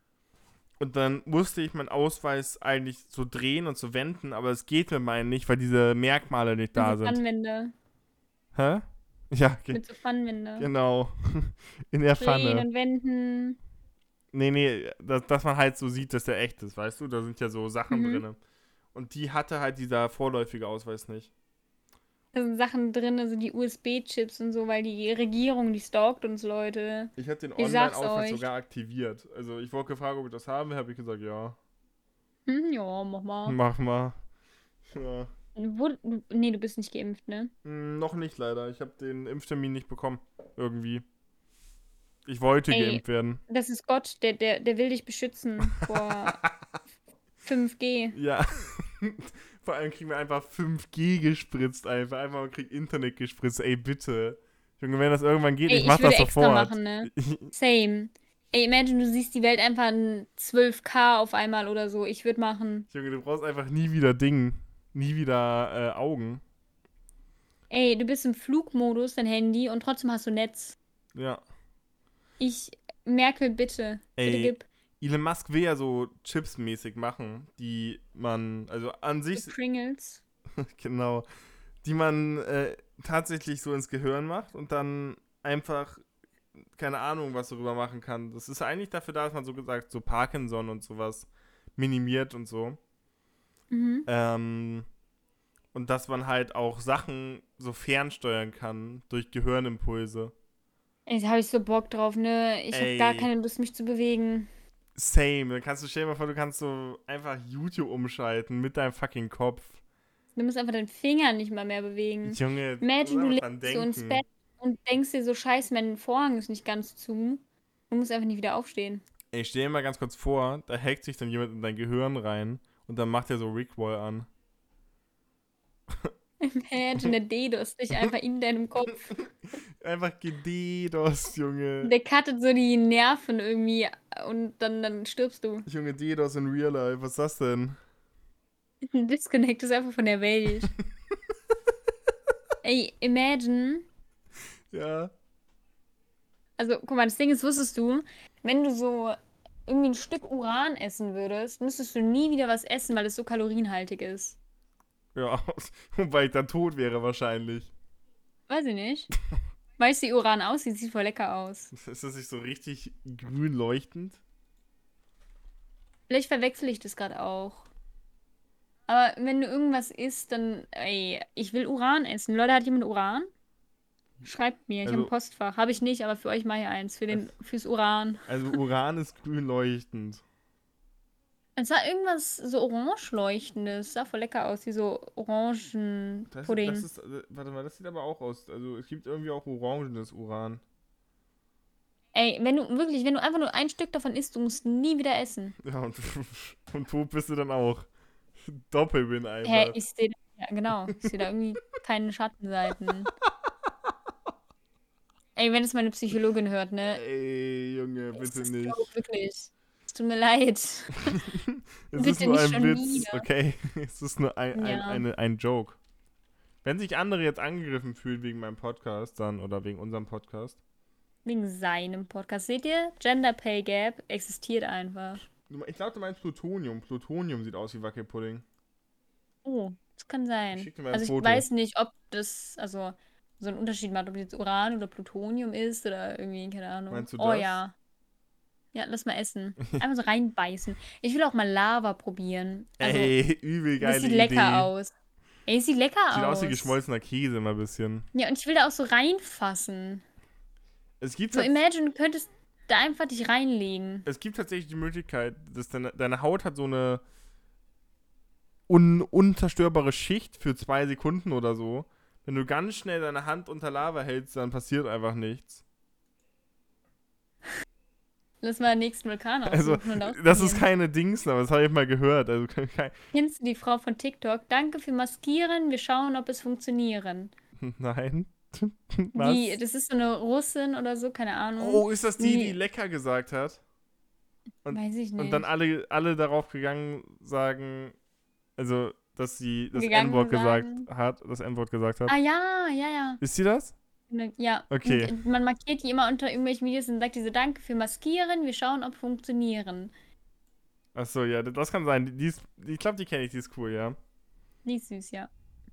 Und dann musste ich meinen Ausweis eigentlich so drehen und so wenden, aber es geht mit meinen nicht, weil diese Merkmale nicht Mit da so sind. Pfannwender. Hä? Ja, ge Mit so Pfannwender. genau. In der Drehen Pfanne. und wenden. Nee, nee, dass, dass man halt so sieht, dass der echt ist, weißt du? Da sind ja so Sachen Mhm. drin. Und die hatte halt dieser vorläufige Ausweis nicht. Da sind Sachen drin, also die U S B-Chips und so, weil die Regierung, die stalkt uns, Leute. Ich hatte den Ich sag's Online-Ausweis euch. sogar aktiviert. Also ich wurde gefragt, ob ich das haben will, habe ich gesagt, ja. Hm, ja, mach mal. Mach mal. Ja. Wo, nee, du bist nicht geimpft, ne? Hm, noch nicht leider. Ich habe den Impftermin nicht bekommen. Irgendwie. Ich wollte Ey, geimpft werden. das ist Gott, der, der, der will dich beschützen vor fünf G. Ja. Vor allem kriegen wir einfach fünf G gespritzt einfach. Einfach man kriegt Internet gespritzt. Ey, bitte. Junge, wenn das irgendwann geht, Ey, ich ich mach würde das extra sofort. machen, ne? Same. Ey, imagine, du siehst die Welt einfach in zwölf K auf einmal oder so. Ich würde machen. Junge, du brauchst einfach nie wieder Ding. Nie wieder äh, Augen. Ey, du bist im Flugmodus, dein Handy, und trotzdem hast du Netz. Ja. Ich, Merkel, bitte. Bitte Ey, gib. Elon Musk will ja so Chips-mäßig machen, die man, also an sich, Die Pringles. genau, die man äh, tatsächlich so ins Gehirn macht und dann einfach, keine Ahnung, was darüber machen kann. Das ist eigentlich dafür da, dass man so gesagt, so Parkinson und sowas minimiert und so. Mhm. Ähm, und dass man halt auch Sachen so fernsteuern kann durch Gehirnimpulse. Ey, da habe ich so Bock drauf, ne? Ich habe gar Ey. keine Lust, mich zu bewegen. Same. Dann kannst du, stell dir mal vor, du kannst so einfach YouTube umschalten mit deinem fucking Kopf. Du musst einfach deinen Finger nicht mal mehr bewegen. Junge, Imagine, du du legst dran so ins denken. Bett und denkst dir so, scheiße, mein Vorhang ist nicht ganz zu. Du musst einfach nicht wieder aufstehen. Ey, stell dir mal ganz kurz vor, da hackt sich dann jemand in dein Gehirn rein und dann macht er so Rickroll an. Imagine, der DDoS dich einfach in deinem Kopf. Einfach gededos, Junge. Der cuttet so die Nerven irgendwie und dann, dann stirbst du. Junge, DDoS in Real Life, was ist das denn? Ein Disconnect ist einfach von der Welt. Ey, imagine. Ja. Also, guck mal, das Ding ist, wusstest du, wenn du so irgendwie ein Stück Uran essen würdest, müsstest du nie wieder was essen, weil es so kalorienhaltig ist. Ja, wobei ich dann tot wäre wahrscheinlich. Weiß ich nicht. Weißt du, wie Uran aussieht? Sieht voll lecker aus. Ist das nicht so richtig grün leuchtend? Vielleicht verwechsel ich das gerade auch. Aber wenn du irgendwas isst, dann, ey, ich will Uran essen. Leute, hat jemand Uran? Schreibt mir, ich habe ein Also, Postfach. Habe ich nicht, aber für euch mache ich eins. Für den, fürs Uran. also Uran ist grün leuchtend. Es war irgendwas so orange leuchtendes. Sah voll lecker aus, wie so Das, Orangenpudding. das ist, äh, warte mal, das sieht aber auch aus. Also es gibt irgendwie auch orangenes Uran. Ey, wenn du wirklich, wenn du einfach nur ein Stück davon isst, du musst nie wieder essen. Ja, und, und tot bist du dann auch. Doppelwin Hä, einfach. ich sehe, ja, genau, ich sehe da irgendwie keine Schattenseiten. Ey, wenn es meine Psychologin hört, ne? Ey, Junge, Ist bitte das nicht. Joke, wirklich. Es tut mir leid. Es ist Bitte nur nicht ein schon Witz, wieder. okay? Es ist nur ein, ein, Ja. eine, ein Joke. Wenn sich andere jetzt angegriffen fühlen wegen meinem Podcast dann oder wegen unserem Podcast. Wegen seinem Podcast. Seht ihr? Gender Pay Gap existiert einfach. Du- Ich glaube, du meinst Plutonium. Plutonium sieht aus wie Wackelpudding. Oh, das kann Ich sein. schick dir mal ein Also ich Foto. weiß nicht, ob das, also so einen Unterschied macht, ob jetzt Uran oder Plutonium ist oder irgendwie, keine Ahnung. Meinst du Oh das? ja. Ja, lass mal essen. Einfach so reinbeißen. Ich will auch mal Lava probieren. Also, Ey, übel das geile sieht lecker Idee. aus. Ey, es sieht lecker Sieht aus wie aus. geschmolzener Käse immer ein bisschen. Ja, und ich will da auch so reinfassen. Es gibt, So, tats- imagine, du könntest da einfach dich reinlegen. es gibt tatsächlich die Möglichkeit, dass deine, deine Haut hat so eine un unzerstörbare Schicht für zwei Sekunden oder so. Wenn du ganz schnell deine Hand unter Lava hältst, dann passiert einfach nichts. Lass mal den nächsten Vulkan Also, aussuchen und das ist ausprobieren. keine Dings, aber das habe ich mal gehört. Also, kein, kein, Kennst du die Frau von TikTok? Danke für Maskieren. Wir schauen, ob es funktionieren. nein. Die, Was? das ist so eine Russin oder so, keine Ahnung. Oh, ist das die, die Die- lecker gesagt hat? Und, Weiß ich nicht. und dann alle, alle darauf gegangen sagen, also, dass sie das Gegangen N-Wort gesagt sagen. hat, das N-Wort gesagt hat. Ah ja, ja, ja. Ist sie das? Ne, Ja. Okay. Und man markiert die immer unter irgendwelchen Videos und sagt diese Danke für Maskieren. Wir schauen, ob funktionieren. Achso, ja, das kann sein. Die, die ist, ich glaube, die kenne ich, die ist cool, ja. Die ist süß, ja.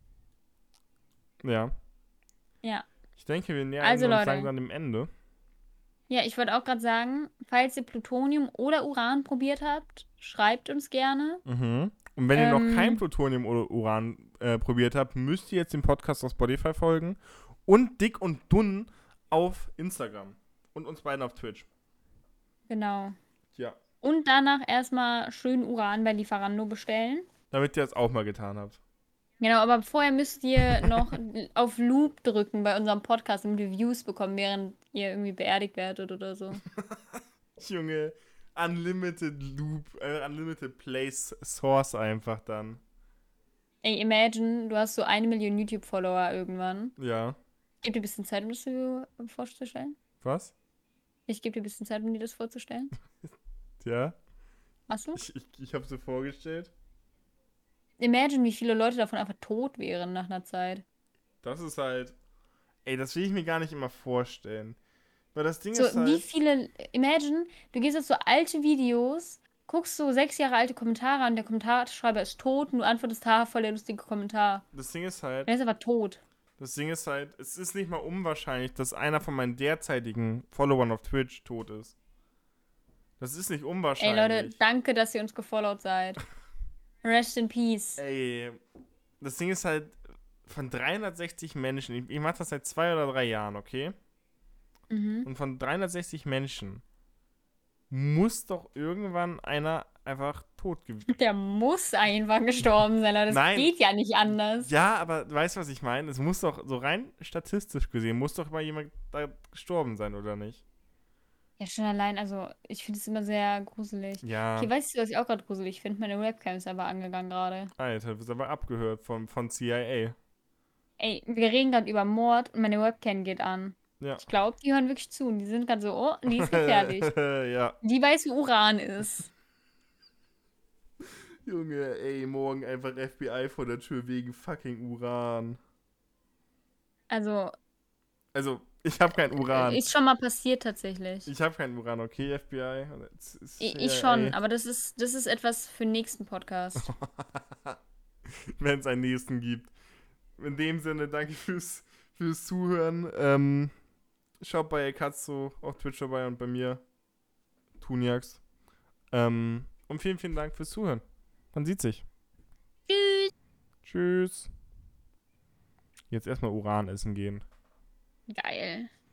Ja. Ja. Ich denke, wir nähern Also, uns Leute. langsam dem Ende. Ja, ich wollte auch gerade sagen, falls ihr Plutonium oder Uran probiert habt, schreibt uns gerne. Mhm. Und wenn ihr noch Ähm. kein Plutonium oder Uran äh, probiert habt, müsst ihr jetzt den Podcast auf Spotify folgen und Dick und Dun auf Instagram und uns beiden auf Twitch. Genau. Ja. Und danach erstmal schön Uran bei Lieferando bestellen. Damit ihr das auch mal getan habt. Genau, aber vorher müsst ihr noch auf Loop drücken bei unserem Podcast, damit wir Views bekommen, während ihr irgendwie beerdigt werdet oder so. Junge, Unlimited Loop, äh, Unlimited Place Source einfach dann. Ey, imagine, du hast so eine Million YouTube-Follower irgendwann. Ja. Ich gebe dir ein bisschen Zeit, um das zu- vorzustellen. Was? Ich gebe dir ein bisschen Zeit, um dir das vorzustellen. Ja. Hast du? Ich, ich, ich habe sie vorgestellt. Imagine, wie viele Leute davon einfach tot wären nach einer Zeit. Das ist halt. Ey, das will ich mir gar nicht immer vorstellen. Weil das Ding So, ist halt. wie viele, imagine, du gehst auf so alte Videos, guckst so sechs Jahre alte Kommentare an, der Kommentarschreiber ist tot und du antwortest, ha, voll der lustige Kommentar. Das Ding ist halt. Der ist aber tot. Das Ding ist halt, es ist nicht mal unwahrscheinlich, dass einer von meinen derzeitigen Followern auf Twitch tot ist. Das ist nicht Ey, unwahrscheinlich. Leute, danke, dass ihr uns gefollowt seid. Rest in peace. Ey, das Ding ist halt, von dreihundertsechzig Menschen, ich, ich mache das seit zwei oder drei Jahren, okay? Mhm. Und von dreihundertsechzig Menschen muss doch irgendwann einer einfach tot gewesen. Der muss einfach gestorben sein, aber das Nein. geht ja nicht anders. Ja, aber weißt du, was ich meine? Es muss doch, so rein statistisch gesehen, muss doch mal jemand da gestorben sein, oder nicht? Ja, schon allein, also ich finde es immer sehr gruselig. Ja, Okay, weißt du, was ich auch gerade gruselig finde? Meine Webcam ist aber angegangen gerade. Alter, du bist aber abgehört vom, von C I A. Ey, wir reden gerade über Mord und meine Webcam geht an. Ja. Ich glaube, die hören wirklich zu und die sind gerade so, oh, die ist gefährlich. Ja. Die weiß, wie Uran ist. Junge, ey, morgen einfach F B I vor der Tür wegen fucking Uran. Also, Also, ich habe kein Uran. ist schon mal passiert tatsächlich. Ich habe kein Uran, okay, F B I? Es ist Ich, C I A. ich schon, aber das ist, das ist etwas für den nächsten Podcast. Wenn es einen nächsten gibt. In dem Sinne, danke fürs, fürs Zuhören. Ähm, schaut bei Katzo auf Twitch vorbei und bei mir, Tuniax. Ähm, und vielen, vielen Dank fürs Zuhören. Man sieht sich. Tschüss. Tschüss. Jetzt erstmal Uran essen gehen. Geil.